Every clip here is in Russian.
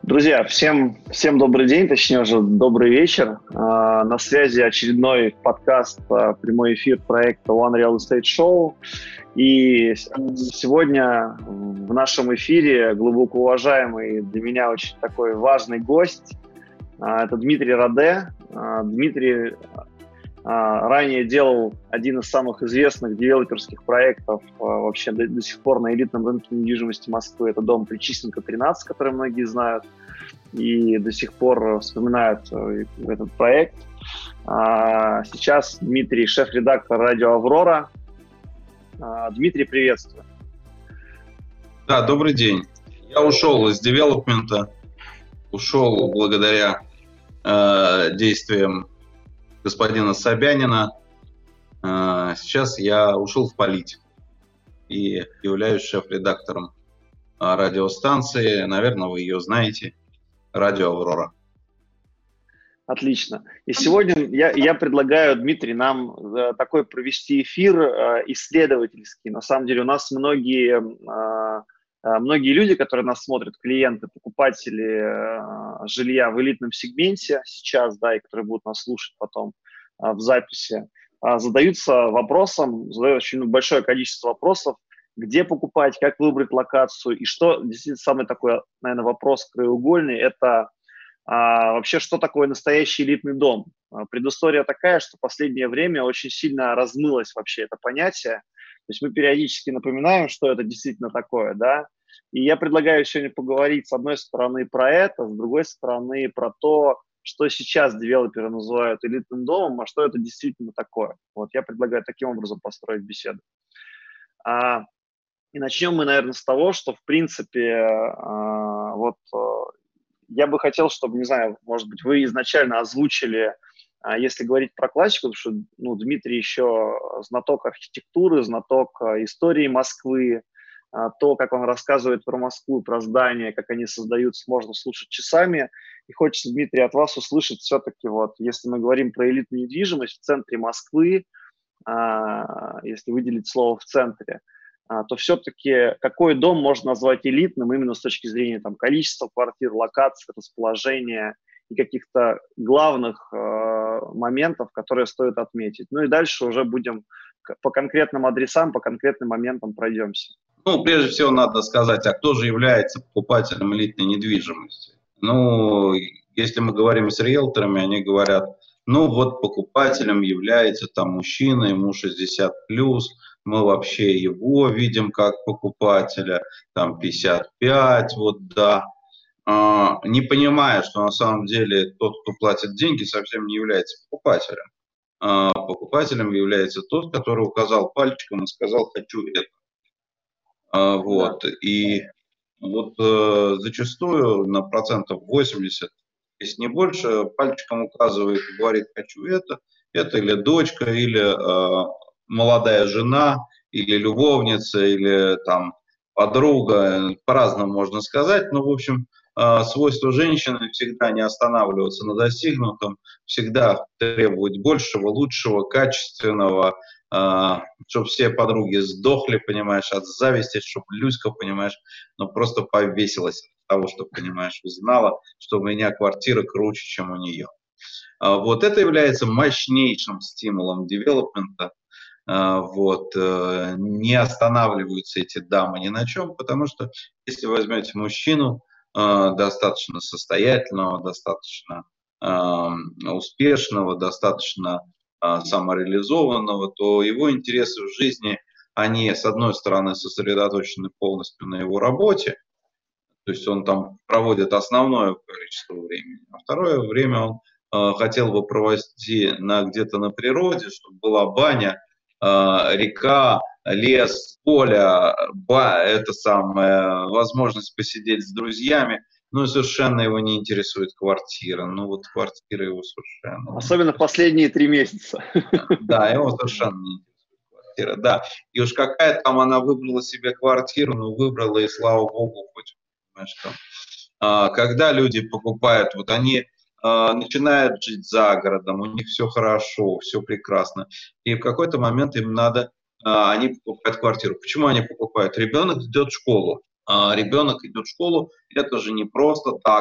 Друзья, всем добрый день, точнее уже добрый вечер. На связи очередной подкаст, прямой эфир проекта One Real Estate Show. И сегодня в нашем эфире глубоко уважаемый для меня очень такой важный гость. Это Дмитрий Раде. Дмитрий ранее делал один из самых известных девелоперских проектов вообще до сих пор на элитном рынке недвижимости Москвы. Это дом Причистенко 13, который многие знают и до сих пор вспоминают этот проект. Сейчас Дмитрий шеф-редактор радио «Аврора». Дмитрий, приветствую. Да, добрый день. Я ушел из девелопмента, ушел благодаря действиям господина Собянина. Сейчас я ушел в политику и являюсь шеф-редактором радиостанции. Наверное, вы ее знаете. Радио «Аврора». Отлично. И сегодня я предлагаю, Дмитрий, нам такой провести эфир исследовательский. На самом деле у нас многие люди, которые нас смотрят, клиенты, покупатели жилья в элитном сегменте сейчас, да, и которые будут нас слушать потом в записи, задаются задают очень большое количество вопросов, где покупать, как выбрать локацию, и что, действительно, самый такой, наверное, вопрос краеугольный, это вообще, что такое настоящий элитный дом. Предыстория такая, что в последнее время очень сильно размылось вообще это понятие. То есть мы периодически напоминаем, что это действительно такое, да. И я предлагаю сегодня поговорить с одной стороны про это, с другой стороны про то, что сейчас девелоперы называют элитным домом, а что это действительно такое. Вот я предлагаю таким образом построить беседу. И начнем мы, наверное, с того, что, в принципе, я бы хотел, чтобы, не знаю, может быть, вы изначально озвучили, если говорить про классику, потому что Дмитрий еще знаток архитектуры, знаток истории Москвы, то, как он рассказывает про Москву, про здания, как они создаются, можно слушать часами. И хочется, Дмитрий, от вас услышать все-таки, если мы говорим про элитную недвижимость в центре Москвы, если выделить слово «в центре», то все-таки какой дом можно назвать элитным именно с точки зрения количества квартир, локаций, расположения и каких-то главных моментов, которые стоит отметить. Ну и дальше уже будем по конкретным адресам, по конкретным моментам пройдемся. Прежде всего надо сказать, а кто же является покупателем элитной недвижимости? Если мы говорим с риэлторами, они говорят, покупателем является мужчина, ему 60+, мы вообще его видим как покупателя, 55, не понимая, что на самом деле тот, кто платит деньги, совсем не является покупателем. Покупателем является тот, который указал пальчиком и сказал «хочу это». И зачастую на 80%, если не больше, пальчиком указывает и говорит «хочу это» или дочка, или молодая жена, или любовница, или подруга, по-разному можно сказать, но, в общем, свойство женщины всегда не останавливаться на достигнутом, всегда требовать большего, лучшего, качественного, чтобы все подруги сдохли, понимаешь, от зависти, чтобы Люська, понимаешь, просто повесилась от того, что, понимаешь, узнала, что у меня квартира круче, чем у нее. Это является мощнейшим стимулом девелопмента. Не останавливаются эти дамы ни на чем, потому что если возьмете мужчину достаточно состоятельного, достаточно успешного, достаточно самореализованного, то его интересы в жизни, они, с одной стороны, сосредоточены полностью на его работе, то есть он проводит основное количество времени, а второе время он хотел бы провести где-то на природе, чтобы была баня, река, лес, поле, возможность посидеть с друзьями, и совершенно его не интересует квартира. Квартира его совершенно... Особенно в последние 3 месяца. Да, его совершенно не интересует квартира, да. И уж какая она выбрала себе квартиру, выбрала, и слава богу, хоть, понимаешь, когда люди покупают, они начинают жить за городом, у них все хорошо, все прекрасно. И в какой-то момент им надо, они покупают квартиру. Почему они покупают? Ребенок идет в школу. Ребенок идет в школу, это же не просто так.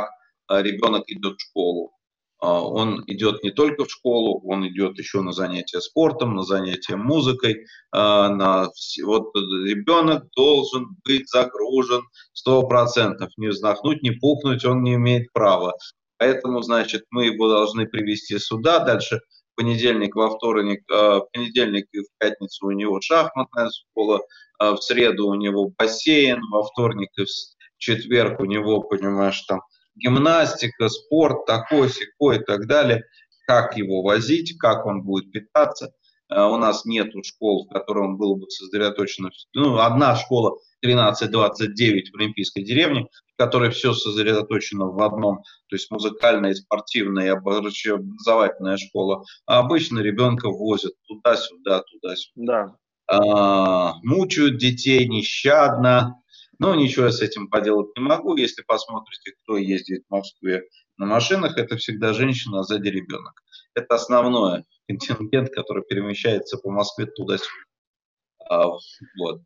ребенок идет в школу. Он идет не только в школу, он идет еще на занятия спортом, на занятия музыкой. Вот ребенок должен быть загружен 100%. Не вздохнуть, не пухнуть он не имеет права. Поэтому, значит, мы его должны привести сюда. Дальше в понедельник, во вторник, в понедельник и в пятницу у него шахматная школа, в среду у него бассейн, во вторник и в четверг у него, понимаешь, там гимнастика, спорт, такой, сякой и так далее. Как его возить, как он будет питаться. У нас нет школ, в которой он был бы сосредоточен. Ну, одна школа 1329 в Олимпийской деревне, в которой все сосредоточено в одном, то есть музыкальная, спортивная и образовательная школа. А обычно ребенка возят туда-сюда, туда-сюда. Да. Мучают детей нещадно. Но ничего я с этим поделать не могу. Если посмотрите, кто ездит в Москве на машинах, это всегда женщина, а сзади ребенок. Это основной контингент, который перемещается по Москве туда-сюда. Вот.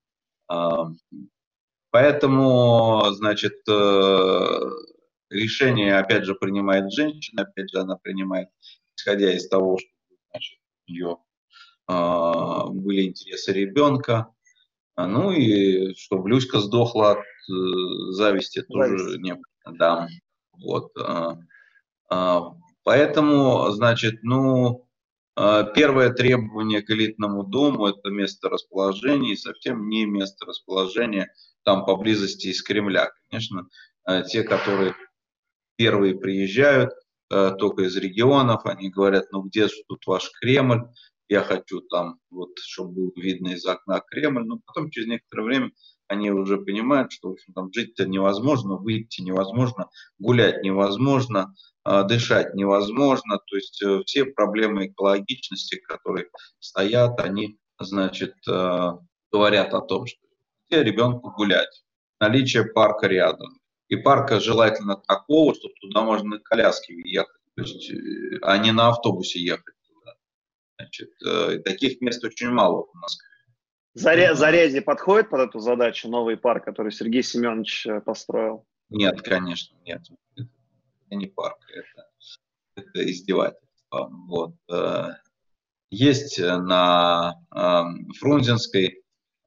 Поэтому, значит, решение, опять же, принимает женщина, опять же, она принимает, исходя из того, что, значит, у нее были интересы ребенка. Ну и чтобы Люська сдохла от зависти, тоже не было. Да. Вот. Поэтому, значит, ну, первое требование к элитному дому – это место расположения, и совсем не место расположения там поблизости из Кремля. Конечно, те, которые первые приезжают, только из регионов, они говорят, ну где же тут ваш Кремль? Я хочу там, вот, чтобы было видно из окна Кремль. Но потом через некоторое время они уже понимают, что, в общем, там жить-то невозможно, выйти невозможно, гулять невозможно, дышать невозможно. То есть все проблемы экологичности, которые стоят, они, значит, говорят о том, что где ребенку гулять, наличие парка рядом. И парка желательно такого, чтобы туда можно на коляске ехать, то есть, а не на автобусе ехать туда. Значит, таких мест очень мало в Москве. Зарядье подходит под эту задачу, новый парк, который Сергей Семенович построил? Нет, конечно, нет. Это не парк, это издевательство. Вот. Есть на Фрунзенской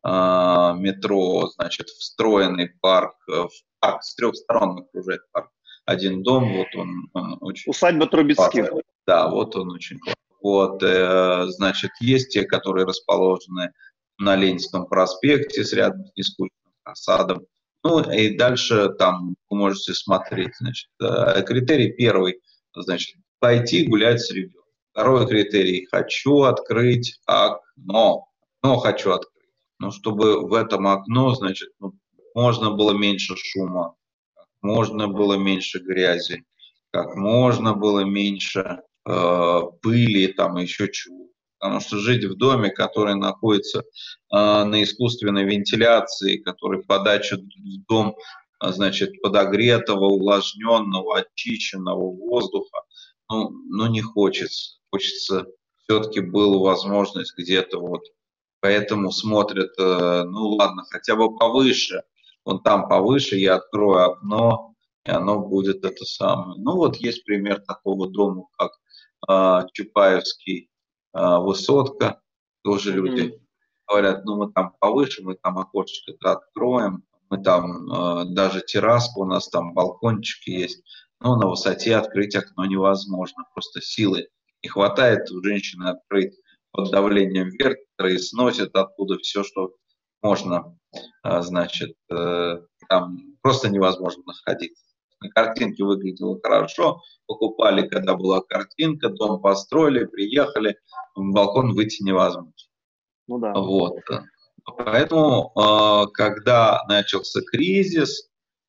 метро, значит, встроенный парк, парк с трех сторон окружает парк. Один дом, вот он очень... Усадьба Трубецких. Да, вот он очень классный. Вот, значит, есть те, которые расположены на Ленинском проспекте с рядом с искусственным фасадом. Ну и дальше там вы можете смотреть. Значит, критерий первый, значит, пойти гулять с ребенком. Второй критерий – хочу открыть окно. Окно хочу открыть. Ну, чтобы в этом окно, значит, можно было меньше шума, можно было меньше грязи, как можно было меньше пыли, там еще чего. Потому что жить в доме, который находится на искусственной вентиляции, который подача в дом, значит, подогретого, увлажненного, очищенного воздуха, ну не хочется. Хочется все-таки была возможность где-то вот. Поэтому смотрят, ну ладно, хотя бы повыше. Вон там повыше я открою окно, и оно будет это самое. Ну вот есть пример такого дома, как Чапаевский высотка. Тоже люди говорят, ну мы там повыше, мы там окошечко-то откроем, мы там даже терраска, у нас там балкончики есть. Но на высоте открыть окно невозможно, просто силы не хватает у женщины открыть под давлением ветра и сносит оттуда все, что можно, значит, там просто невозможно находиться. На картинке выглядело хорошо, покупали, когда была картинка, дом построили, приехали, на балкон выйти невозможно. Ну да. Вот. Поэтому, когда начался кризис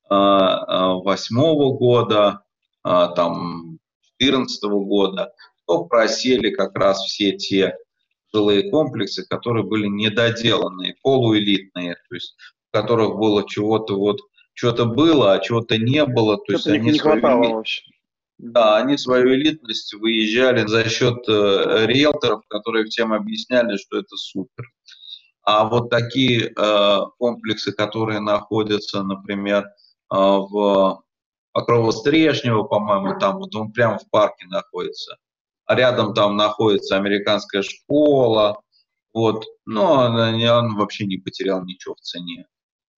2008 года, там, 2014 года, то просели как раз все те жилые комплексы, которые были недоделанные, полуэлитные, то есть в которых было чего-то вот, что-то было, а чего-то не было. То есть они не хватало вообще. Да, они свою элитность выезжали за счет риэлторов, которые всем объясняли, что это супер. А вот такие комплексы, которые находятся, например, в Покрова Стрешнева, по-моему, там вот он прямо в парке находится. А рядом там находится американская школа. Вот. Но он вообще не потерял ничего в цене.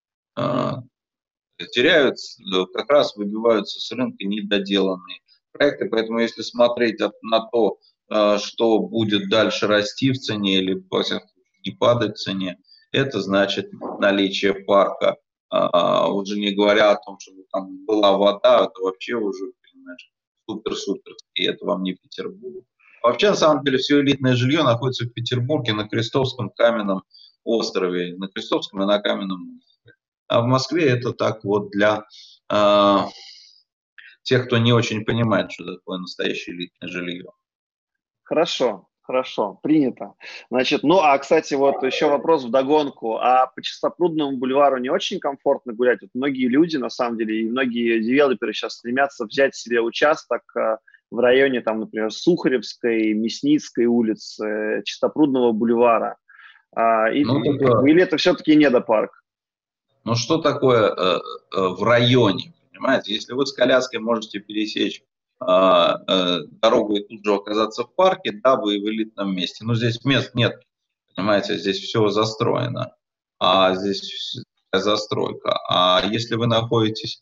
Теряют, как раз выбиваются с рынка недоделанные проекты. Поэтому если смотреть на то, что будет дальше расти в цене или, во всяком случае, не падать в цене, это значит наличие парка. Уже не говоря о том, чтобы там была вода, это вообще уже, понимаешь, супер-супер. И это вам не Петербург. Вообще, на самом деле, все элитное жилье находится в Петербурге на Крестовском каменном острове. На Крестовском и на Каменном острове. А в Москве это так вот для тех, кто не очень понимает, что такое настоящее элитное жилье. Хорошо, хорошо, принято. Значит, ну, а, кстати, вот еще вопрос вдогонку. А по Чистопрудному бульвару не очень комфортно гулять? Вот многие люди, на самом деле, и многие девелоперы сейчас стремятся взять себе участок в районе, там, например, Сухаревской, Мясницкой улицы, Чистопрудного бульвара. Или это все-таки недопарк? Ну, что такое в районе, понимаете? Если вы с коляской можете пересечь дорогу и тут же оказаться в парке, да, вы в элитном месте. Но здесь мест нет, понимаете, здесь все застроено. А здесь застройка. А если вы находитесь,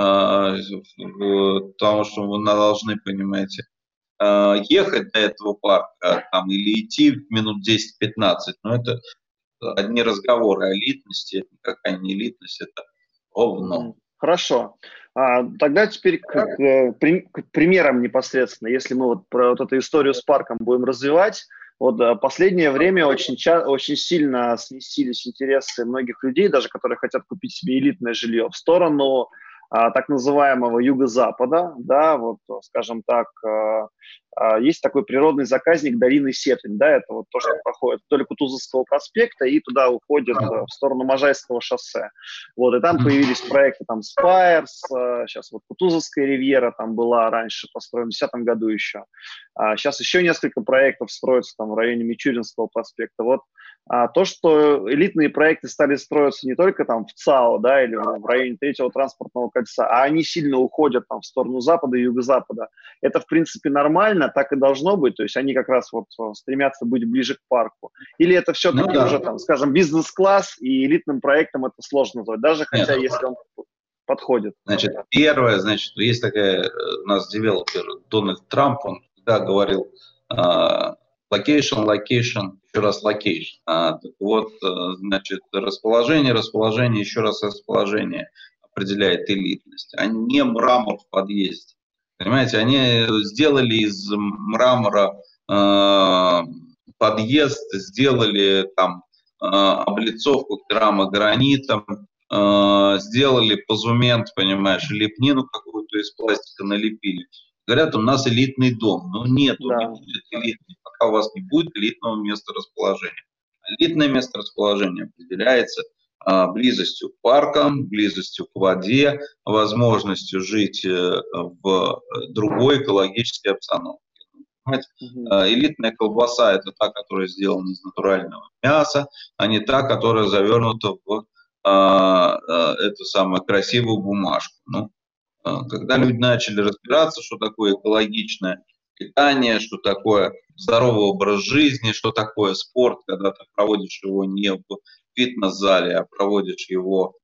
потому что вы должны, понимаете, ехать до этого парка там, или идти минут 10-15, но это одни разговоры о элитности, это никакая не элитность, это говно. Хорошо. Тогда теперь к примерам непосредственно. Если мы вот про вот эту историю с парком будем развивать, вот последнее время очень сильно сместились интересы многих людей, даже которые хотят купить себе элитное жилье, в сторону так называемого юго-запада, да, вот, скажем так, есть такой природный заказник долины Сетлин, да, это вот то, что проходит вдоль Кутузовского проспекта и туда уходит в сторону Можайского шоссе. Вот, и там появились проекты, там, Спайерс, сейчас вот Кутузовская ривьера там была раньше построена в 2010 году еще. Сейчас еще несколько проектов строятся там в районе Мичуринского проспекта. Вот то, что элитные проекты стали строиться не только там в ЦАО, да, или в районе третьего транспортного кольца, а они сильно уходят там в сторону запада и юго-запада. Это, в принципе, нормально, так и должно быть, то есть они как раз вот стремятся быть ближе к парку. Или это все-таки уже, там, скажем, бизнес-класс, и элитным проектом это сложно назвать, даже хотя если он подходит. Значит, первое, значит, есть такая у нас девелопер Дональд Трамп, он всегда говорил location, location, еще раз location. Так вот, значит, расположение, еще раз расположение определяет элитность, а не мрамор в подъезде. Понимаете, они сделали из мрамора подъезд, сделали там облицовку керамогранитом, сделали позумент, понимаешь, лепнину какую-то из пластика налепили. Говорят, у нас элитный дом. Но нет, он не будет элитный, пока у вас не будет элитного места расположения. Элитное место расположения определяется близостью к паркам, близостью к воде, возможностью жить в другой экологической обстановке. Элитная колбаса – это та, которая сделана из натурального мяса, а не та, которая завернута в эту самую красивую бумажку. Ну, когда люди начали разбираться, что такое экологичное питание, что такое здоровый образ жизни, что такое спорт, когда ты проводишь его не в фитнес-зале, а проводишь его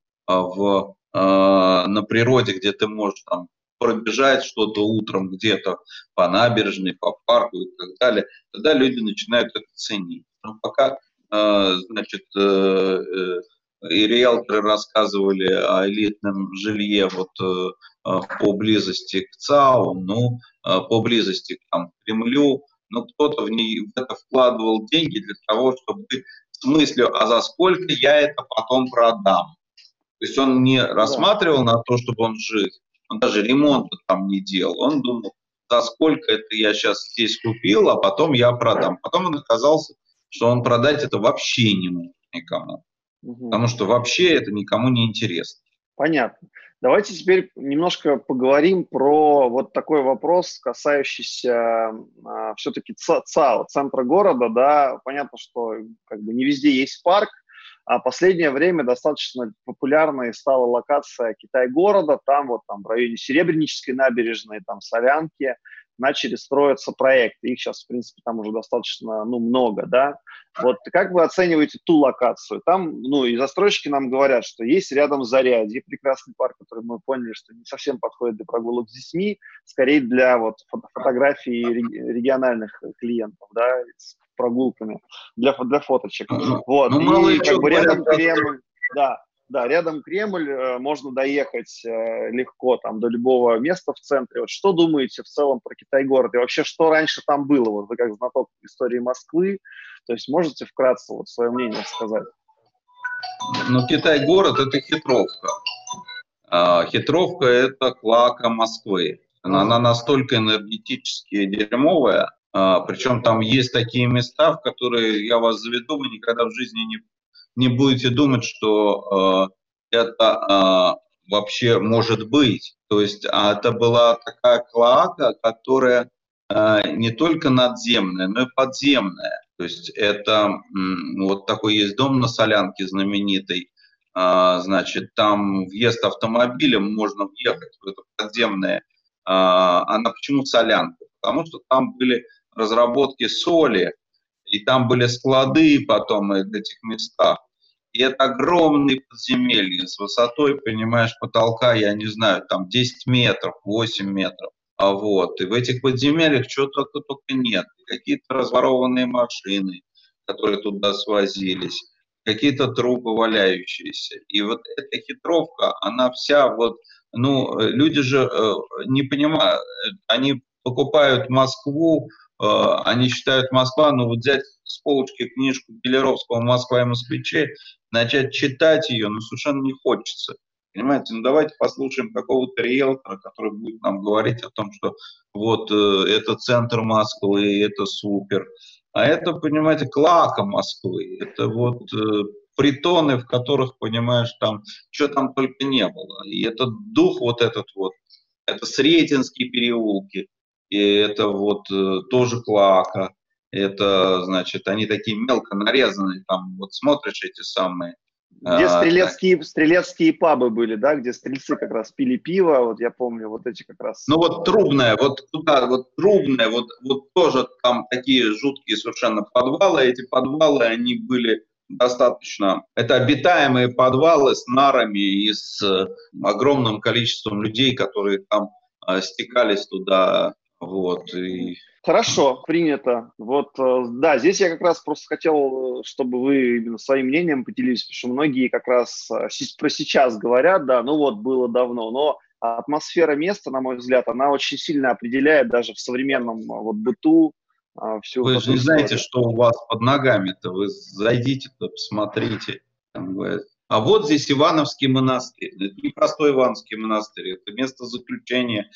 на природе, где ты можешь там пробежать что-то утром где-то по набережной, по парку и так далее, тогда люди начинают это ценить. Но пока, значит, и риэлторы рассказывали о элитном жилье вот по близости к ЦАО, ну, по близости к Кремлю, но кто-то в это вкладывал деньги для того, чтобы с мыслью, а за сколько я это потом продам. То есть он не рассматривал на то, чтобы он жил, он даже ремонта там не делал, он думал, за сколько это я сейчас здесь купил, а потом я продам. Потом он оказался, что он продать это вообще не может никому. Потому что вообще это никому не интересно. Понятно. Давайте теперь немножко поговорим про вот такой вопрос, касающийся все-таки ЦАО, центра города, да. Понятно, что как бы не везде есть парк, А последнее время достаточно популярной стала локация Китай-города, там вот там в районе Серебрянической набережной, там Солянки, начали строиться проекты. Их сейчас, в принципе, там уже достаточно, ну, много, да. Вот как вы оцениваете ту локацию? Там, ну, и застройщики нам говорят, что есть рядом Зарядье, прекрасный парк, который мы поняли, что не совсем подходит для прогулок с детьми, скорее для вот фотографий региональных клиентов, да, с прогулками, для фоточек. Вот, Ну, мало и ли как что бы говорят. рядом Кремль, да, да, рядом Кремль, можно доехать легко там до любого места в центре. Вот что думаете в целом про Китай-город? И вообще, что раньше там было? Вот вы как знаток истории Москвы, то есть можете вкратце вот свое мнение сказать? Ну, Китай-город – это хитровка. Хитровка – это клака Москвы. Она настолько энергетически дерьмовая, причем там есть такие места, в которые я вас заведу, вы никогда в жизни не будете думать, что это вообще может быть. То есть это была такая клоака, которая не только надземная, но и подземная. То есть это вот такой есть дом на Солянке знаменитый, значит, там въезд автомобилем, можно въехать в это подземное. Она почему Солянка? Потому что там были разработки соли, и там были склады потом в этих местах. И это огромные подземелья с высотой, понимаешь, потолка, я не знаю, там 10 метров, 8 метров. Вот. И в этих подземельях чего-то только нет. Какие-то разворованные машины, которые туда свозились, какие-то трупы валяющиеся. И вот эта хитровка, она вся вот, ну, люди же не понимают, они покупают Москву, они считают Москва, ну вот взять с полочки книжку Белеровского «Москва и москвичи», начать читать ее, ну совершенно не хочется. Понимаете, ну давайте послушаем какого-то риэлтора, который будет нам говорить о том, что вот это центр Москвы, это супер. А это, понимаете, клака Москвы. Это вот притоны, в которых, понимаешь, там, что там только не было. И этот дух вот этот вот, это Сретенские переулки, и это вот тоже клака. Это, значит, они такие мелко нарезанные, там вот смотришь эти самые. Где стрелецкие пабы были, да, где стрельцы как раз пили пиво, вот я помню, вот эти как раз. Ну вот Трубная, вот туда, вот Трубная, вот тоже там такие жуткие совершенно подвалы. Эти подвалы, они были достаточно, это обитаемые подвалы с нарами и с огромным количеством людей, которые там стекались туда, вот. И... Хорошо, принято. Вот, да, здесь я как раз просто хотел, чтобы вы именно своим мнением поделились, потому что многие как раз про сейчас говорят, да, ну вот, было давно, но атмосфера места, на мой взгляд, она очень сильно определяет даже в современном вот быту всю Вы вот же эту не знаете, историю. что у вас под ногами-то, вы зайдите-то, посмотрите. Там говорят. А вот здесь Ивановский монастырь. Это не простой Ивановский монастырь, это место заключения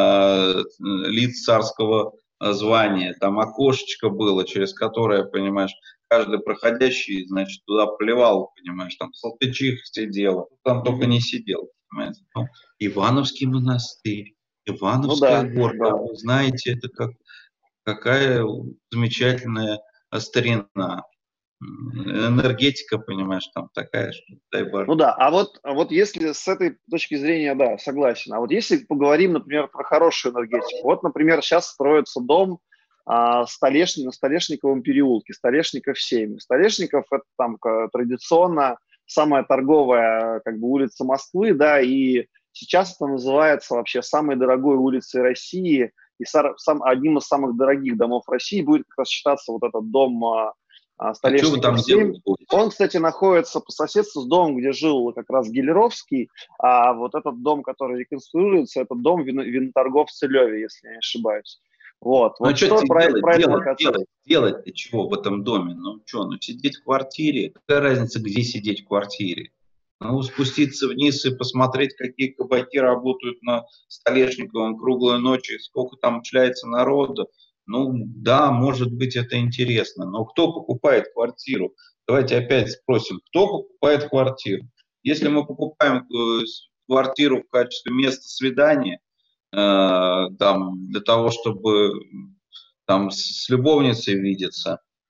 лиц царского звания. Там окошечко было, через которое, понимаешь, каждый проходящий, значит, туда поливал, понимаешь, там Салтычих сидел, там только не сидел, понимаете. Ну, Ивановский монастырь, Ну Ивановская да, горка, да. вы знаете, это как какая замечательная старина. Энергетика, понимаешь, там такая, что дай боже. Ну да, а вот если с этой точки зрения, да, согласен. А вот если поговорим, например, про хорошую энергетику. Вот, например, сейчас строится дом на Столешниковом переулке, Столешников 7. Столешников – это там традиционно самая торговая как бы улица Москвы, да, и сейчас это называется вообще самой дорогой улицей России, и одним из самых дорогих домов России будет как раз считаться вот этот дом А что вы Столешников там 7. делать будете? Он, кстати, находится по соседству с домом, где жил как раз Гелеровский, а вот этот дом, который реконструируется, это дом виноторговца Леви, если я не ошибаюсь. Вот, Ну, а вот что что тебе про эту локацию? делать ты чего в этом доме? Ну, что, ну, сидеть в квартире? Какая разница, где сидеть в квартире? Ну, спуститься вниз и посмотреть, какие кабаки работают на Столешниковом круглую ночь, и сколько там шляется народа. Ну, да, может быть, это интересно. Но кто покупает квартиру? Давайте опять спросим, кто покупает квартиру? Если мы покупаем квартиру в качестве места свидания, там, для того, чтобы там с любовницей видеться,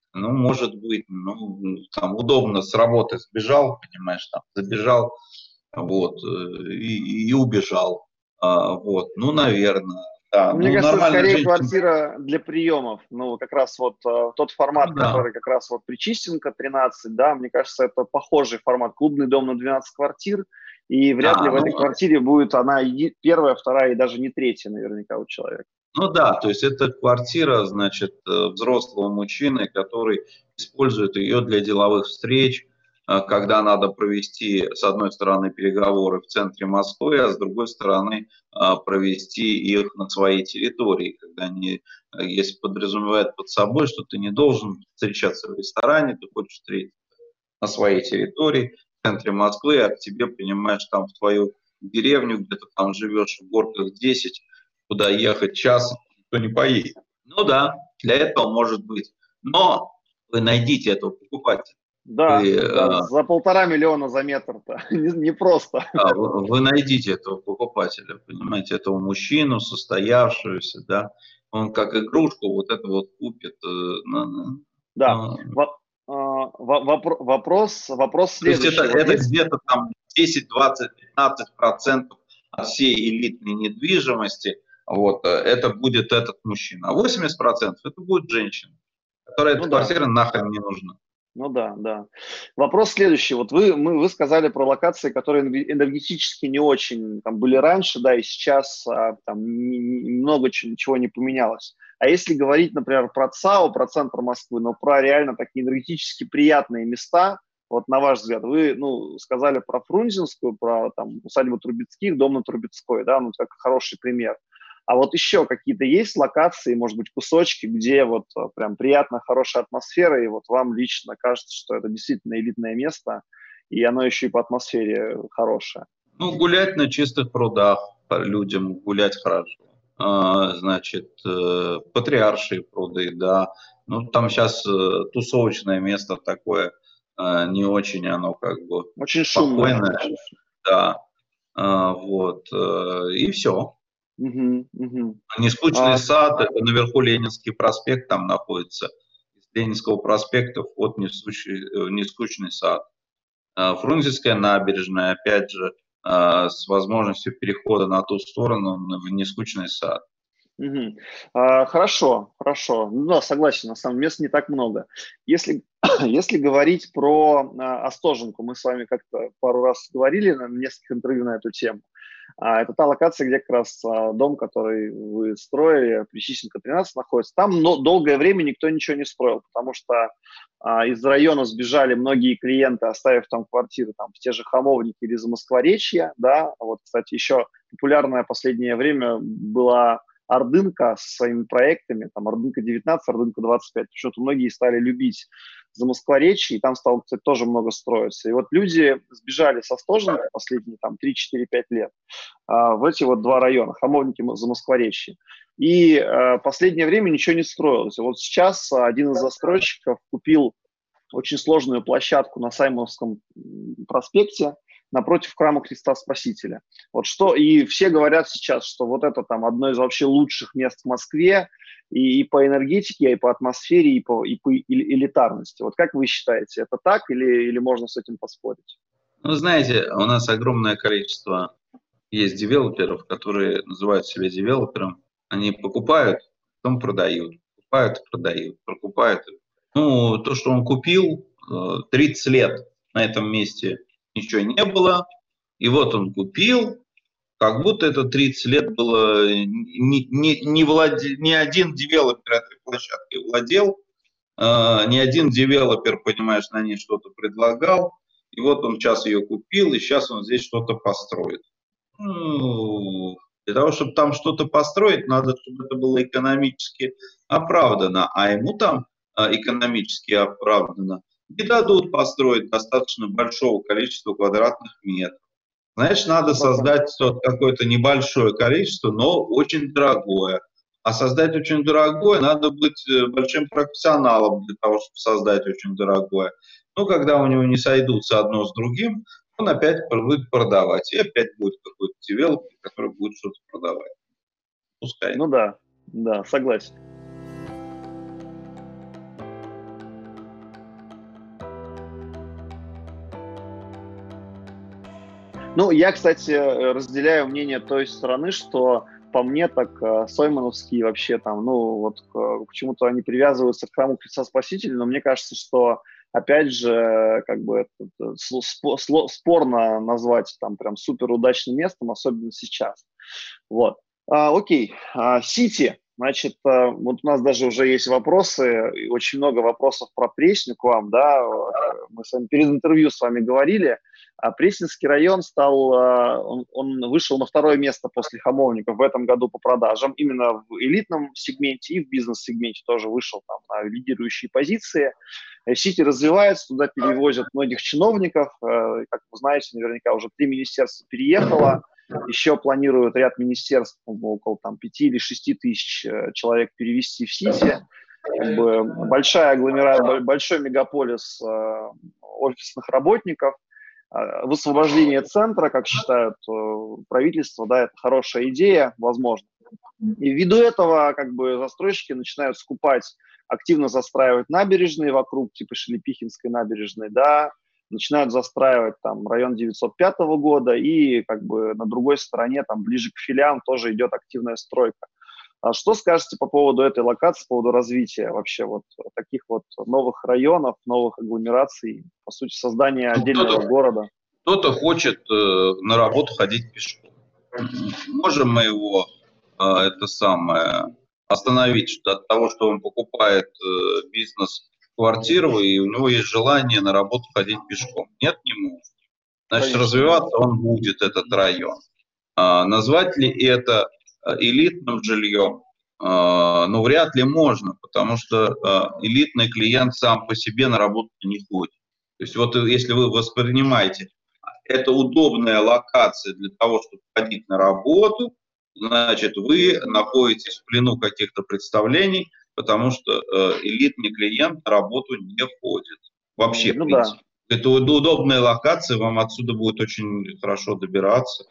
Ну, может быть, ну, там удобно с работы сбежал, понимаешь, там забежал, вот, и убежал. Вот, ну, наверное, да. Ну, мне Ну, кажется, это нормальная скорее женщина, квартира для приемов. Ну, как раз вот тот формат, ну, да, который как раз вот Причистенко 13, да, мне кажется, это похожий формат. Клубный дом на 12 квартир, и вряд ли в ну, этой квартире будет она первая, вторая и даже не третья наверняка у человека. ну да, то есть это квартира, значит, взрослого мужчины, который использует ее для деловых встреч, когда надо провести, с одной стороны, переговоры в центре Москвы, а с другой стороны, провести их на своей территории, когда они, если подразумевают под собой, что ты не должен встречаться в ресторане, ты хочешь встретиться на своей территории, в центре Москвы, а к тебе, понимаешь, там в твою деревню, где ты там живешь в горках 10, куда ехать час, никто не поедет. Ну да, для этого может быть. Но вы найдите этого покупателя. Да, Вы, да, за 1,5 миллиона за метр-то, не просто. вы найдите этого покупателя, понимаете, этого мужчину, состоявшегося, да, он как игрушку вот это вот купит. Да, Ну, вопрос То есть это, следующий. Вот это есть. где-то там 10, 20, 15% от всей элитной недвижимости, вот, это будет этот мужчина. А 80% это будет женщина, которой Ну эта да. квартира нахрен не нужна. Ну да, да. Вопрос следующий. Вот вы сказали про локации, которые энергетически не очень там, были раньше, да, и сейчас там много чего не поменялось. А если говорить, например, про ЦАО, про центр Москвы, но про реально такие энергетически приятные места, вот на ваш взгляд, вы, ну, сказали про Фрунзенскую, про там усадьбу Трубецких, дом на Трубецкой, да, ну, как хороший пример. А вот еще какие-то есть локации, может быть, кусочки, где вот прям приятная, хорошая атмосфера, и вот вам лично кажется, что это действительно элитное место, и оно еще и по атмосфере хорошее. Ну, гулять на чистых прудах, людям гулять хорошо. Значит, Патриаршие пруды, да. Ну, там сейчас тусовочное место такое, не очень оно как бы Очень шумное. спокойное, да. Вот, и все. Мгм, мгм. Нескучный А, сад, это наверху Ленинский проспект там находится. Из Ленинского проспекта вход в нескучный сад. Фрунзенская набережная, опять же, с возможностью перехода на ту сторону в нескучный сад. Мгм. Хорошо, хорошо. Ну да, согласен, на самом деле мест не так много. Если, если говорить про Остоженку, мы с вами как-то пару раз говорили на нескольких интервью на эту тему. Это та локация, где как раз дом, который вы строили, Причистенко 13 находится. Там долгое время никто ничего не строил, потому что из района сбежали многие клиенты, оставив там квартиры там, в те же Хамовники или Замоскворечье. Да? Вот, кстати, еще популярное последнее время была Ордынка со своими проектами, там Ордынка 19, Ордынка 25. Почему-то многие стали любить Замоскворечье, и там стало, кстати, тоже много строиться. И вот люди сбежали со Стоженки последние там 3-4-5 лет в эти вот два района, Хамовники, Замоскворечье. И последнее время ничего не строилось. И вот сейчас один из застройщиков купил очень сложную площадку на Саймоновском проспекте напротив храма Христа Спасителя. Вот что, и все говорят сейчас, что вот это там одно из вообще лучших мест в Москве и по энергетике, и по атмосфере, и по элитарности. Вот как вы считаете, это так или можно с этим поспорить? Ну, знаете, у нас огромное количество есть девелоперов, которые называют себя девелопером. Они покупают, потом продают, покупают, продают, покупают. Ну, то, что он купил, 30 лет на этом месте ничего не было. И вот он купил, как будто это 30 лет было, ни один девелопер этой площадкой владел, ни один девелопер, понимаешь, на ней что-то предлагал. И вот он сейчас ее купил, и сейчас он здесь что-то построит. Ну, для того, чтобы там что-то построить, надо, чтобы это было экономически оправдано, а ему там экономически оправдано не дадут построить достаточно большого количества квадратных метров. Значит, надо 100%. создать какое-то небольшое количество, но очень дорогое. А создать очень дорогое, надо быть большим профессионалом для того, чтобы создать очень дорогое. Ну, когда у него не сойдутся одно с другим, он опять будет продавать. И опять будет какой-то девелопер, который будет что-то продавать. Пускай. Ну да, да, согласен. Ну, я, кстати, разделяю мнение той стороны, что по мне так соймановские вообще там, ну, вот почему-то они привязываются к храму Христа Спасителя, но мне кажется, что, опять же, как бы это спорно назвать там прям супер удачным местом, особенно сейчас. Вот. Окей. Сити. Значит, вот у нас даже уже есть вопросы, и очень много вопросов про Пресню к вам, да, мы с вами перед интервью с вами говорили, Пресненский район стал, он вышел на второе место после Хамовников в этом году по продажам, именно в элитном сегменте и в бизнес-сегменте тоже вышел там на лидирующие позиции. Сити развивается, туда перевозят многих чиновников, как вы знаете, наверняка уже 3 министерства переехало, еще планируют ряд министерств, около там, 5 или 6 тысяч человек перевести в Сити. Как бы большой мегаполис офисных работников. Высвобождение центра, как считают правительство, да, это хорошая идея, возможно. И ввиду этого как бы застройщики начинают скупать, активно застраивать набережные вокруг, типа Шелепихинской набережной, да, начинают застраивать там район 905 года, и как бы на другой стороне, там ближе к филиам, тоже идет активная стройка. А что скажете по поводу этой локации, по поводу развития вообще вот таких вот новых районов, новых агломераций, по сути, создания отдельного города? Кто-то хочет на работу ходить пешком. Можем мы его остановить от того, что он покупает бизнес-квартиру, и у него есть желание на работу ходить пешком? Нет, не может. Значит, конечно, развиваться он будет, этот район. Назвать ли это элитным жильем? Ну, вряд ли можно, потому что элитный клиент сам по себе на работу не ходит. То есть вот если вы воспринимаете, это удобная локация для того, чтобы ходить на работу, значит, вы находитесь в плену каких-то представлений, потому что элитный клиент на работу не ходит. Вообще, в принципе. Да. Это удобная локация, вам отсюда будет очень хорошо добираться.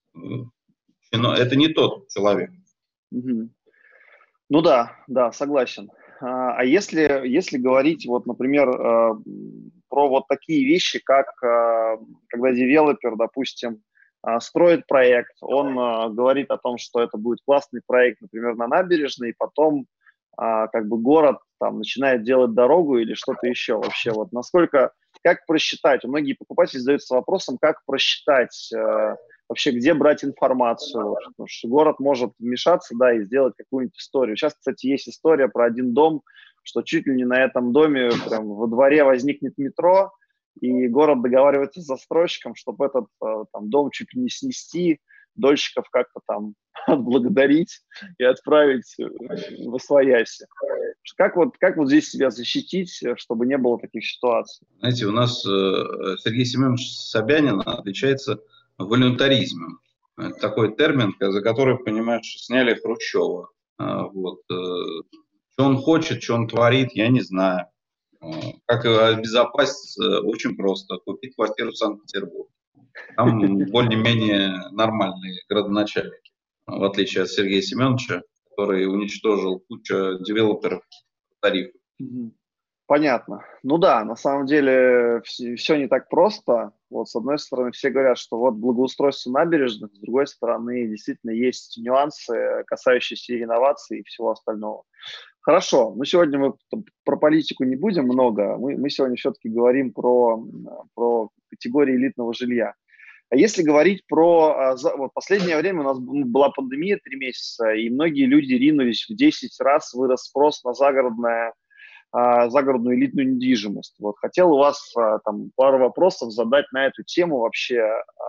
Но это не тот человек. Угу. Ну да, согласен. А если говорить, вот, например, про вот такие вещи, как когда девелопер, допустим, строит проект, он говорит о том, что это будет классный проект, например, на набережной, и потом как бы город там начинает делать дорогу или что-то еще вообще. Вот насколько, как просчитать? Многие покупатели задаются вопросом, как просчитать вообще, где брать информацию, потому что город может вмешаться, да, и сделать какую-нибудь историю. Сейчас, кстати, есть история про один дом, что чуть ли не на этом доме прям во дворе возникнет метро, и город договаривается с застройщиком, чтобы этот там дом чуть ли не снести, дольщиков как-то там отблагодарить и отправить в освояси. Как вот здесь себя защитить, чтобы не было таких ситуаций? Знаете, у нас Сергей Семенович Собянин отличается волюнтаризмом. Это такой термин, за который, понимаешь, сняли Хрущева. Вот. Что он хочет, что он творит, я не знаю. Как обезопасить, очень просто. Купить квартиру в Санкт-Петербурге. Там более-менее нормальные градоначальники, в отличие от Сергея Семеновича, который уничтожил кучу девелоперов тарифов. Понятно. Ну да, на самом деле все не так просто. Вот с одной стороны все говорят, что вот благоустройство набережных, с другой стороны действительно есть нюансы, касающиеся инноваций и всего остального. Хорошо, ну сегодня мы про политику не будем много, мы сегодня все-таки говорим про категории элитного жилья. А если говорить про... Вот последнее время у нас была пандемия 3 месяца, и многие люди ринулись в 10 раз, вырос спрос на загородную элитную недвижимость. Вот хотел у вас там пару вопросов задать на эту тему вообще,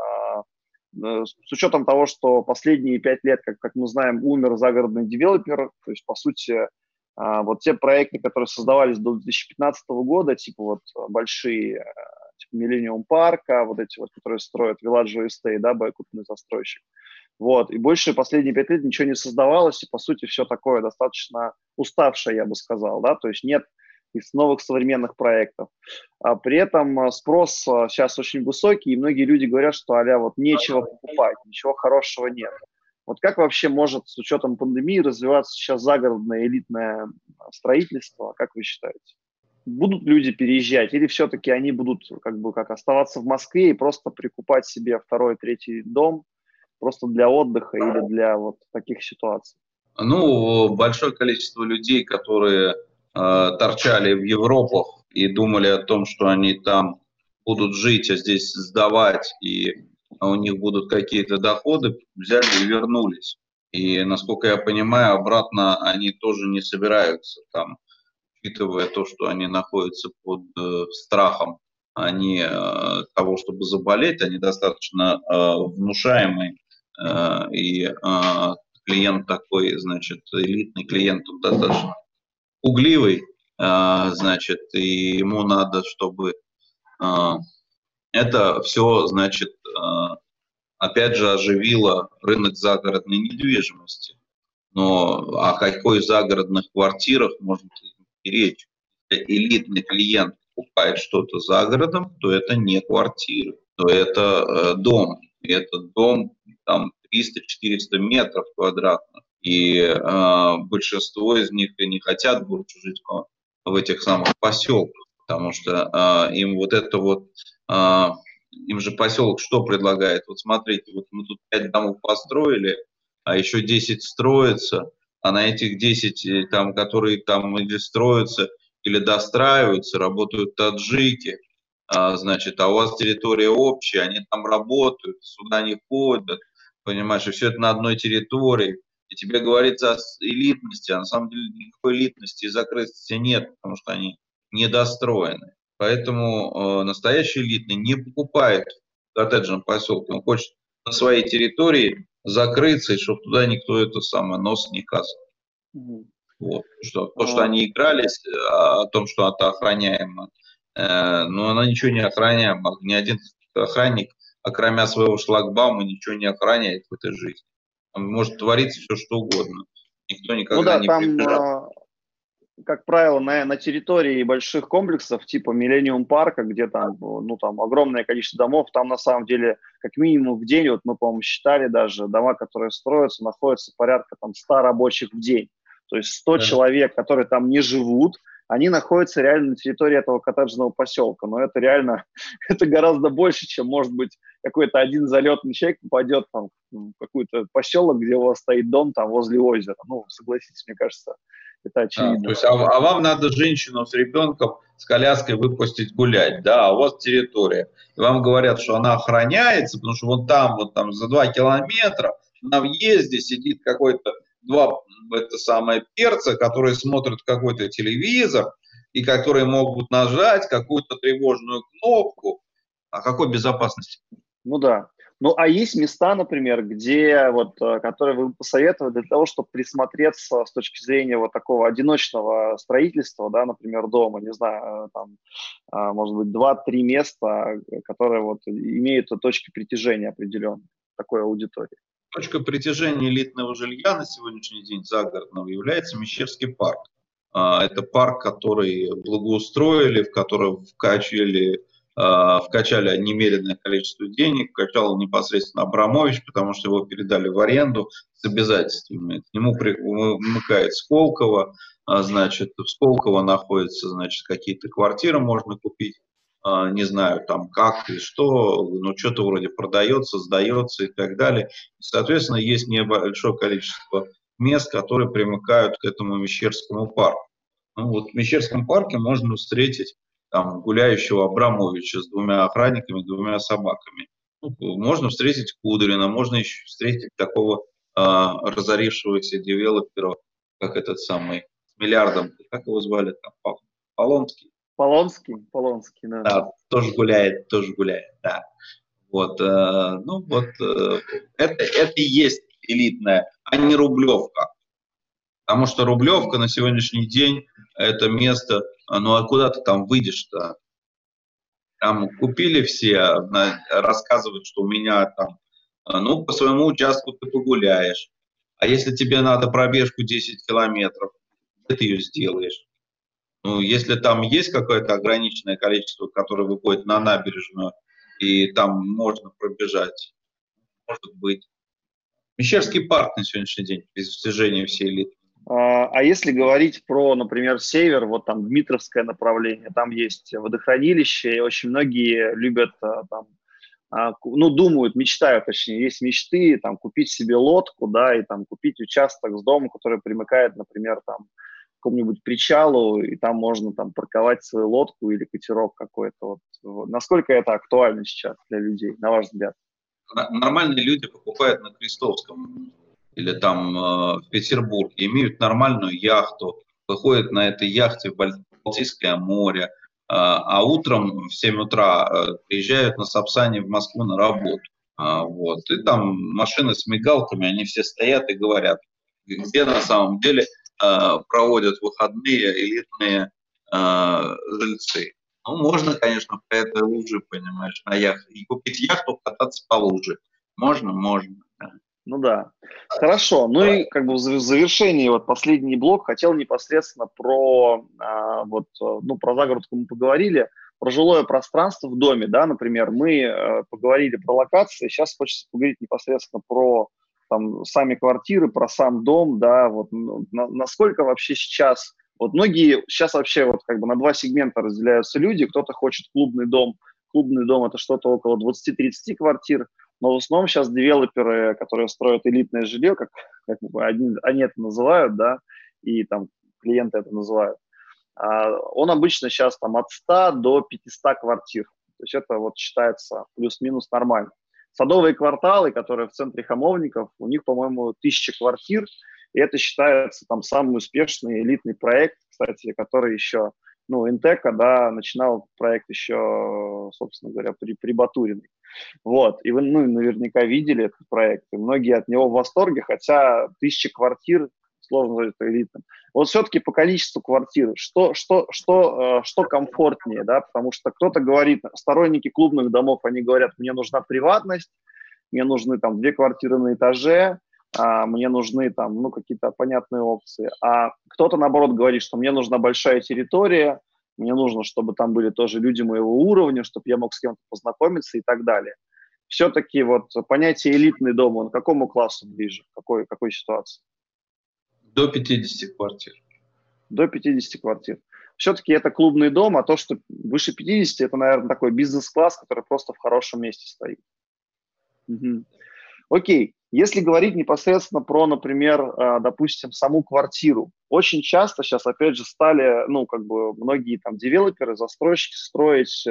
с учетом того, что последние 5 лет, как мы знаем, умер загородный девелопер, то есть, по сути, вот те проекты, которые создавались до 2015 года, типа вот большие, типа Millennium Парка, вот эти вот, которые строят Villaggio Estate, да, крупный застройщик. Вот, и больше последние 5 лет ничего не создавалось, и, по сути, все такое достаточно уставшее, я бы сказал, да, то есть нет из новых современных проектов. При этом спрос сейчас очень высокий, и многие люди говорят, что вот нечего покупать, ничего хорошего нет. Вот как вообще может с учетом пандемии развиваться сейчас загородное элитное строительство, как вы считаете? будут люди переезжать, или все-таки они будут как бы как оставаться в Москве и просто прикупать себе второй, третий дом просто для отдыха или для вот таких ситуаций? Ну, большое количество людей, которые торчали в Европах и думали о том, что они там будут жить, а здесь сдавать, и у них будут какие-то доходы, взяли и вернулись. И, насколько я понимаю, обратно они тоже не собираются там, учитывая то, что они находятся под страхом того, чтобы заболеть, они достаточно внушаемые, и клиент такой, значит, элитный клиент, он достаточно пугливый, значит, и ему надо, чтобы а, это все, значит, опять же, оживило рынок загородной недвижимости. Но о какой загородных квартирах может идти речь? Если элитный клиент покупает что-то за городом, то это не квартира, то это дом. И этот дом там 300-400 метров квадратных. И большинство из них и не хотят больше жить в этих самых поселках, потому что им вот это вот, им же поселок что предлагает? Вот смотрите, вот мы тут 5 домов построили, а еще 10 строятся, а на этих 10, там, которые там или строятся, или достраиваются, работают таджики, значит, а у вас территория общая, они там работают, сюда не ходят, понимаешь, и все это на одной территории. И тебе говорится о элитности, а на самом деле никакой элитности и закрытости нет, потому что они недостроены. Поэтому настоящий элитный не покупает в коттеджном поселке, он хочет на своей территории закрыться, и чтобы туда никто это самое нос не казал. Мгм. Вот. То, что они игрались о том, что это охраняемо, но она ничего не охраняема. Ни один охранник, окромя своего шлагбаума, ничего не охраняет в этой жизни. Там может твориться все, что угодно. Никто Ну никогда да, не там, прибежал. как правило, на территории больших комплексов типа Миллениум парка, где там, ну, там огромное количество домов, там на самом деле как минимум в день, вот мы, по-моему, считали даже, дома, которые строятся, находятся порядка там 100 рабочих в день. То есть 100 Да. человек, которые там не живут, они находятся реально на территории этого коттеджного поселка. Но это реально, это гораздо больше, чем, может быть, какой-то один залетный человек попадет там, в какой-то поселок, где у вас стоит дом там возле озера. Ну, согласитесь, мне кажется, это То очевидно. есть, а вам надо женщину с ребенком, с коляской выпустить гулять, да, а у вас территория. И вам говорят, что она охраняется, потому что вот там за 2 километра на въезде сидит какой-то два это самое перца, которые смотрят какой-то телевизор и которые могут нажать какую-то тревожную кнопку. О какой безопасности? Ну да. Ну, а есть места, например, где вот, которые вы бы посоветовали для того, чтобы присмотреться с точки зрения вот такого одиночного строительства, да, например, дома, не знаю, там, может быть, два-три места, которые вот имеют точки притяжения определенные такой аудитории. Точка притяжения элитного жилья на сегодняшний день загородного является Мещерский парк. Это парк, который благоустроили, в котором вкачали немеренное количество денег, вкачал непосредственно Абрамович, потому что его передали в аренду с обязательствами. К нему примыкает Сколково, значит, в Сколково находятся, значит, какие-то квартиры можно купить, не знаю, там как и что, но что-то вроде продается, сдается и так далее. И, соответственно, есть небольшое количество мест, которые примыкают к этому Мещерскому парку. Ну, вот в Мещерском парке можно встретить там, гуляющего Абрамовича с 2 охранниками, 2 собаками. Ну, можно встретить Кудрина, можно еще встретить такого разорившегося девелопера, как этот самый, с миллиардом, как его звали, там, Полонский. Полонский, да. Да, тоже гуляет, да. Вот, ну вот, это и есть элитная, а не Рублевка. Потому что Рублевка на сегодняшний день это место, ну а куда ты там выйдешь-то? Там купили все, рассказывают, что у меня там, ну по своему участку ты погуляешь. А если тебе надо пробежку 10 километров, где ты ее сделаешь? Ну, если там есть какое-то ограниченное количество, которое выходит на набережную, и там можно пробежать, может быть. Мещерский парк на сегодняшний день, без достижения всей элиты. А если говорить про, например, север, вот там Дмитровское направление, там есть водохранилище, и очень многие любят там, ну, думают, мечтают, точнее, есть мечты, там, купить себе лодку, да, и там купить участок с домом, который примыкает, например, там, к какому-нибудь причалу, и там можно там парковать свою лодку или катерок какой-то. Вот. Насколько это актуально сейчас для людей, на ваш взгляд? Нормальные люди покупают на Крестовском или там в Петербурге, имеют нормальную яхту, выходят на этой яхте в Балтийское море, а утром в 7 утра приезжают на Сапсане в Москву на работу. Вот. И там машины с мигалками, они все стоят и говорят, где на самом деле проводят выходные элитные жильцы. Ну, можно, конечно, по этой луже, понимаешь, на яхте. И купить яхту, кататься по луже. Можно. Да. Ну да. Хорошо. Ну и как бы в завершении вот последний блок хотел непосредственно про ну, про загородку мы поговорили, про жилое пространство в доме, да, например, мы поговорили про локации, сейчас хочется поговорить непосредственно про там сами квартиры, про сам дом, да, вот насколько вообще сейчас, вот многие сейчас вообще вот как бы на два сегмента разделяются люди, кто-то хочет клубный дом это что-то около 20-30 квартир, но в основном сейчас девелоперы, которые строят элитное жилье, как они это называют, да, и там клиенты это называют, он обычно сейчас там от 100 до 500 квартир. То есть это вот считается плюс-минус нормально. Садовые кварталы, которые в центре Хамовников, у них, по-моему, 1000 квартир, и это считается там самый успешный элитный проект, кстати, который еще, ну, Интека, да, начинал проект еще, собственно говоря, при Батуриной. Вот, и вы, ну, наверняка видели этот проект, и многие от него в восторге, хотя 1000 квартир, сложно назвать это элитным. Вот все-таки по количеству квартир, что комфортнее, да, потому что кто-то говорит, сторонники клубных домов, они говорят, мне нужна приватность, мне нужны там 2 квартиры на этаже, мне нужны там, ну, какие-то понятные опции, а кто-то, наоборот, говорит, что мне нужна большая территория, мне нужно, чтобы там были тоже люди моего уровня, чтобы я мог с кем-то познакомиться и так далее. Все-таки вот понятие элитный дом, он к какому классу ближе, какой ситуации? До 50 квартир. До 50 квартир. Все-таки это клубный дом, а то, что выше 50, это, наверное, такой бизнес-класс, который просто в хорошем месте стоит. Угу. Окей. Если говорить непосредственно про, например, допустим, саму квартиру, очень часто сейчас, опять же, стали, ну, как бы многие там девелоперы, застройщики строить,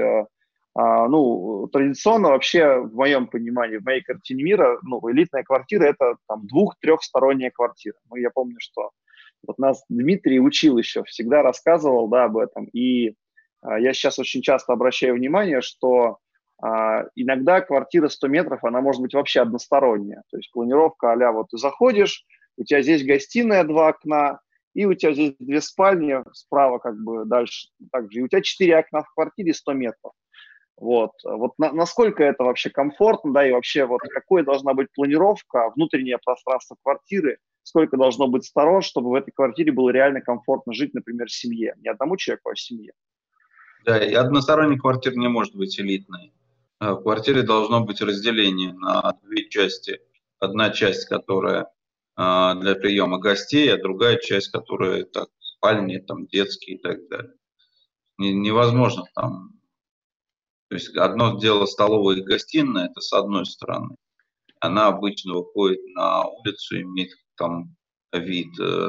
ну, традиционно вообще, в моем понимании, в моей картине мира, ну, элитная квартира – это там 2-3-сторонняя квартира. Ну, я помню, что вот нас Дмитрий учил еще, всегда рассказывал, да, об этом, и я сейчас очень часто обращаю внимание, что иногда квартира 100 метров, она может быть вообще односторонняя. То есть планировка а-ля вот ты заходишь, у тебя здесь гостиная, 2 окна, и у тебя здесь 2 спальни, справа как бы дальше также, и у тебя 4 окна в квартире 100 метров. Вот насколько это вообще комфортно, да, и вообще вот какой должна быть планировка, внутреннее пространство квартиры, сколько должно быть сторон, чтобы в этой квартире было реально комфортно жить, например, семье. Не одному человеку, а семье. Да, и односторонняя квартира не может быть элитной. В квартире должно быть разделение на 2 части. Одна часть, которая для приема гостей, а другая часть, которая так, спальни, там, детские и так далее. Невозможно там. То есть одно дело столовая и гостиная, это с одной стороны. Она обычно выходит на улицу, имеет там вид,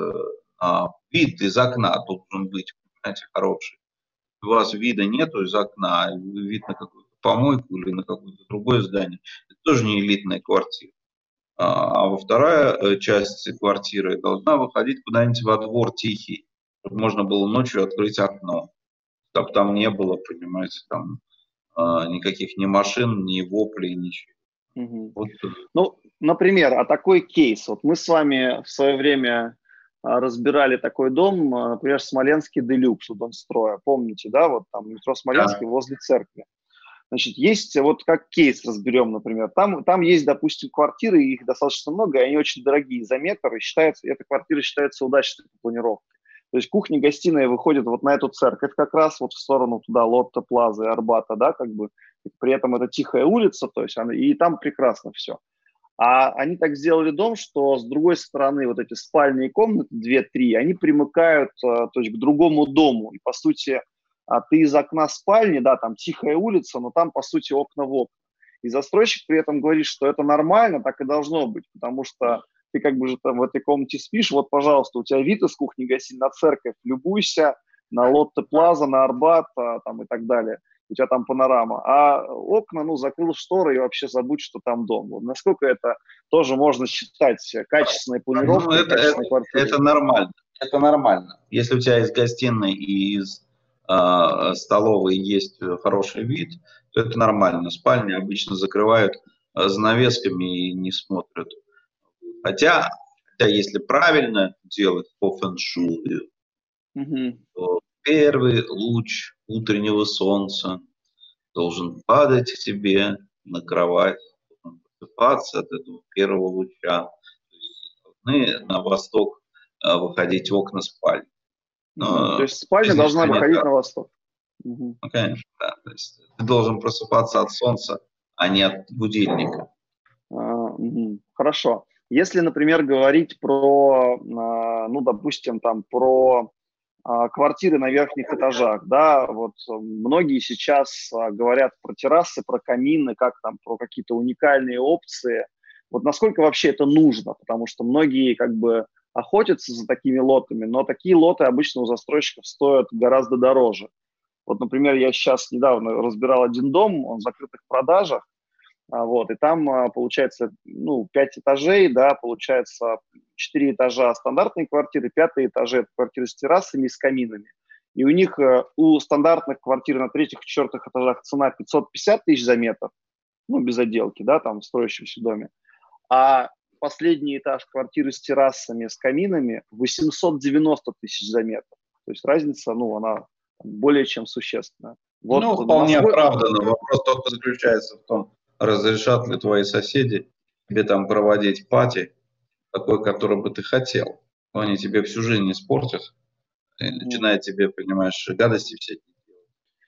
вид из окна должен быть, понимаете, хороший. У вас вида нету из окна, вид на какую-то помойку или на какое-то другое здание, это тоже не элитная квартира. А вторая часть квартиры должна выходить куда-нибудь во двор тихий, чтобы можно было ночью открыть окно, чтобы там не было, понимаете, там никаких ни машин, ни воплей, ничего. Угу. Вот. Ну, например, такой кейс. Вот мы с вами в свое время разбирали такой дом, например, Смоленский Делюкс у Донстроя. Помните, да, вот там метро Смоленский Да. возле церкви. Значит, есть, вот как кейс разберем, например, там есть, допустим, квартиры, их достаточно много, и они очень дорогие за метр, и эта квартира считается удачной по планировке. То есть кухня, гостиная выходит вот на эту церковь как раз, вот в сторону туда Лотто, Плазы, Арбата, да, как бы, и при этом это тихая улица, то есть и там прекрасно все. А они так сделали дом, что с другой стороны вот эти спальные комнаты, две-три, они примыкают, то есть к другому дому. И, по сути, ты из окна спальни, да, там тихая улица, но там, по сути, окна в окна. И застройщик при этом говорит, что это нормально, так и должно быть, потому что ты как бы же там в этой комнате спишь, вот, пожалуйста, у тебя вид из кухни гостиной на церковь, любуйся, на Лотте Плаза, на Арбат, там и так далее. У тебя там панорама. А окна, ну, закрыл шторы и вообще забудь, что там дом. Вот насколько это тоже можно считать качественной Ну, планировкой, качественной квартирой? это нормально. Это нормально. Если у тебя из гостиной и из столовой есть хороший вид, то это нормально. Спальни обычно закрывают занавесками и не смотрят. Хотя если правильно делать по фэншую, Мгм. то первый луч утреннего солнца должен падать к тебе на кровать, просыпаться от этого первого луча. То есть должны на восток выходить окна спальни. Мгм. То Но есть в спальня жизни должна все не выходить так. на восток. Мгм. Ну, конечно, да. То есть ты должен просыпаться от солнца, а не от будильника. Мгм. Хорошо. Если, например, говорить про, ну, допустим, там, про квартиры на верхних этажах, да, вот многие сейчас говорят про террасы, про камины, как там, про какие-то уникальные опции. Вот насколько вообще это нужно, потому что многие как бы охотятся за такими лотами, но такие лоты обычно у застройщиков стоят гораздо дороже. Вот, например, я сейчас недавно разбирал один дом, он в закрытых продажах, вот, и там, получается, ну, 5 этажей, да, получается, 4 этажа стандартные квартиры, 5 этажи – это квартиры с террасами и с каминами. И у них, у стандартных квартир на третьих и четвертых этажах цена 550 тысяч за метр, ну, без отделки, да, там, в строящемся доме. А последний этаж квартиры с террасами, с каминами 890 тысяч за метр. То есть разница, ну, она более чем существенная. Вот Ну, вполне насколько... оправданно. Вопрос только заключается в том, разрешат ли твои соседи тебе там проводить пати, такой, который бы ты хотел. Но они тебе всю жизнь не испортят и начинают тебе, понимаешь, гадости всякие делать.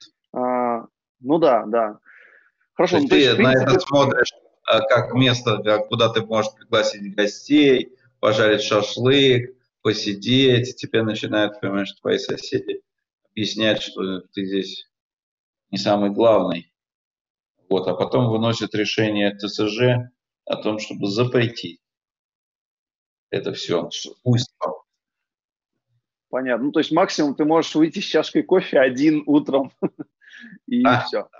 Ну да, да. То Хорошо, ну есть то есть, в ты на принципе, это смотришь как место, куда ты можешь пригласить гостей, пожарить шашлык, посидеть. Тебе начинают, понимаешь, твои соседи объяснять, что ты здесь не самый главный. Вот, а потом выносят решение ТСЖ о том, чтобы запретить это все. Пусть. понятно. Ну, то есть максимум ты можешь выйти с чашкой кофе один утром и А, все.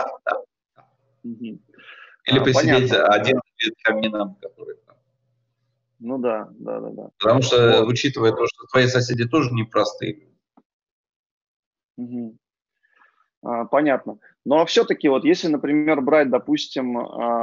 или посидеть Понятно. один перед камином, который там. Ну да, да, да, да. Потому что, Вот. учитывая то, что твои соседи тоже непростые. Мгм. Понятно. Ну а все-таки вот если, например, брать, допустим,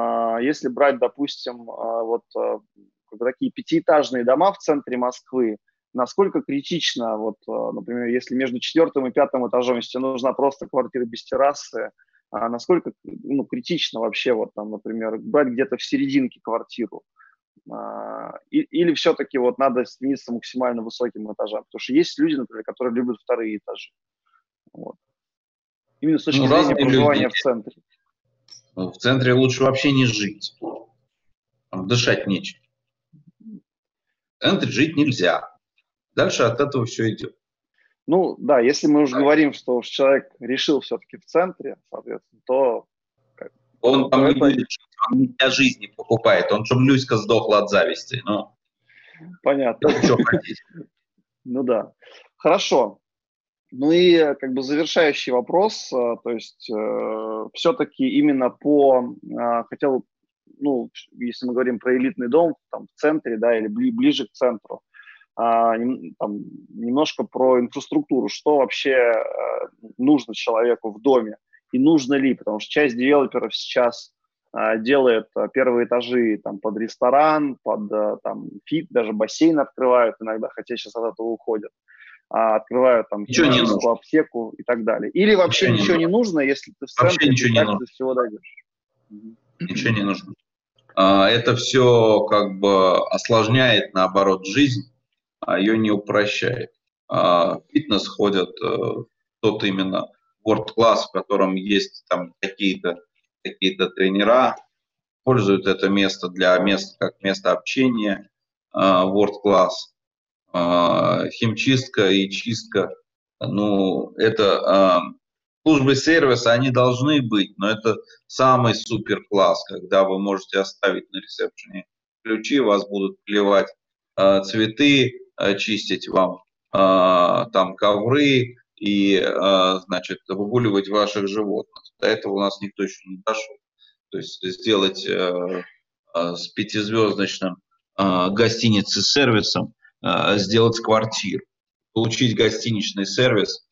вот такие пятиэтажные дома в центре Москвы, насколько критично, вот, например, если между четвертым и пятым этажом, если тебе нужна просто квартира без террасы, насколько, ну, критично вообще, вот там, например, брать где-то в серединке квартиру, или все-таки вот надо стремиться максимально высоким этажам, потому что есть люди, например, которые любят вторые этажи. Вот. Именно с точки Ну, зрения разные люди. проживания в центре. В центре лучше вообще не жить. Там дышать нечем. В центре жить нельзя. Дальше от этого все идет. Ну, да, если мы уже говорим, что уж человек решил все-таки в центре, соответственно, то, Он то там не это будет жить, он не для жизни покупает. Он, чтобы Люська сдохла от зависти. Ну, понятно. что хотите. Ну да. Хорошо. Ну и как бы завершающий вопрос, то есть все-таки именно хотел, ну, если мы говорим про элитный дом там в центре, да, или ближе к центру, там, немножко про инфраструктуру, что вообще нужно человеку в доме и нужно ли, потому что часть девелоперов сейчас делает первые этажи там под ресторан, под там фит, даже бассейн открывают иногда, хотя сейчас от этого уходят, открывают там Ничего не химчистку, нужно. аптеку и так далее. Или вообще ничего не нужно, если ты в Вообще центре, ты и ничего не так нужно. до всего дойдешь. Ничего не нужно. Это все как бы осложняет, наоборот, жизнь, а ее не упрощает. В фитнес ходят тот именно world-класс, в котором есть там какие-то тренера, пользуют это место как место общения, world class, химчистка и чистка. Ну, это службы сервиса, они должны быть, но это самый супер класс, когда вы можете оставить на ресепшене ключи, вас будут плевать цветы, чистить вам там ковры и, значит, выгуливать ваших животных. До этого у нас никто еще не дошел. То есть сделать с 5-звездочным гостиницей с сервисом, сделать квартиру, получить гостиничный сервис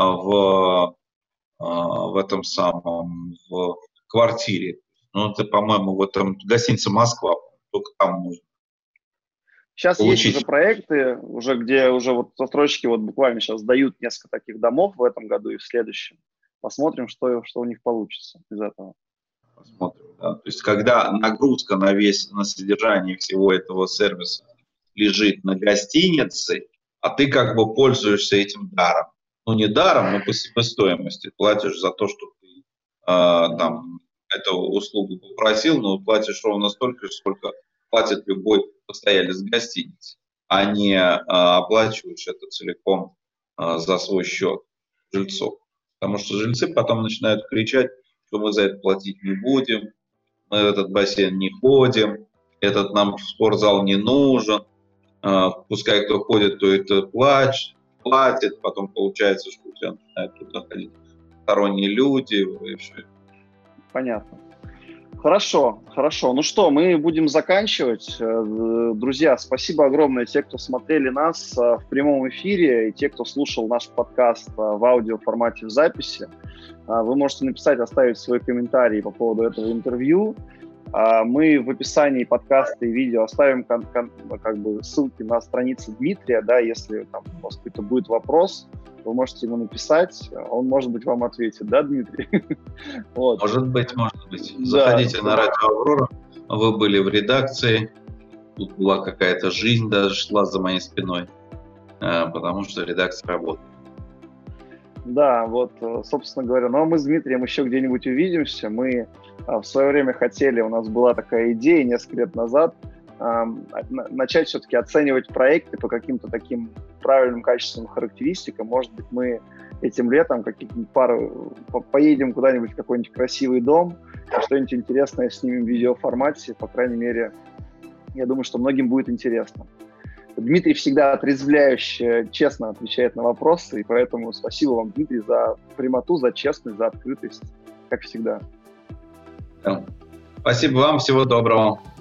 в этом самом, в квартире. Ну, это, по-моему, в этом гостинице «Москва», только там можно. Сейчас есть уже проекты, где уже вот застройщики вот буквально сейчас дают несколько таких домов в этом году и в следующем. Посмотрим, что у них получится из этого. Посмотрим, да. То есть, когда нагрузка на содержание всего этого сервиса лежит на гостинице, а ты как бы пользуешься этим даром. Ну, не даром, но по себестоимости. Платишь за то, что ты там эту услугу попросил, но платишь ровно столько же, сколько платит любой постоялец гостиницы, а не оплачиваешь это целиком за свой счет жильцов. Потому что жильцы потом начинают кричать, что мы за это платить не будем, мы в этот бассейн не ходим, этот нам спортзал не нужен, пускай кто ходит, то это платит, потом получается, что у тебя начинают туда ходить сторонние люди. И все. Понятно. Хорошо. Ну что, мы будем заканчивать. Друзья, спасибо огромное те, кто смотрели нас в прямом эфире, и те, кто слушал наш подкаст в аудиоформате в записи. Вы можете написать, оставить свой комментарий по поводу этого интервью. Мы в описании подкаста и видео оставим ссылки на страницы Дмитрия, да, если там у вас какой-то будет вопрос, вы можете ему написать, он, может быть, вам ответит, да, Дмитрий? Вот. Может быть. Да. Заходите на Радио Аврора, вы были в редакции, тут была какая-то жизнь даже шла за моей спиной, потому что редакция работает. Да, вот, собственно говоря, ну а мы с Дмитрием еще где-нибудь увидимся. Мы в свое время хотели, у нас была такая идея несколько лет назад, начать все-таки оценивать проекты по каким-то таким правильным качественным характеристикам. Может быть, мы этим летом поедем куда-нибудь в какой-нибудь красивый дом, что-нибудь интересное снимем в видеоформате. По крайней мере, я думаю, что многим будет интересно. Дмитрий всегда отрезвляюще, честно отвечает на вопросы, и поэтому спасибо вам, Дмитрий, за прямоту, за честность, за открытость, как всегда. Спасибо вам, всего доброго.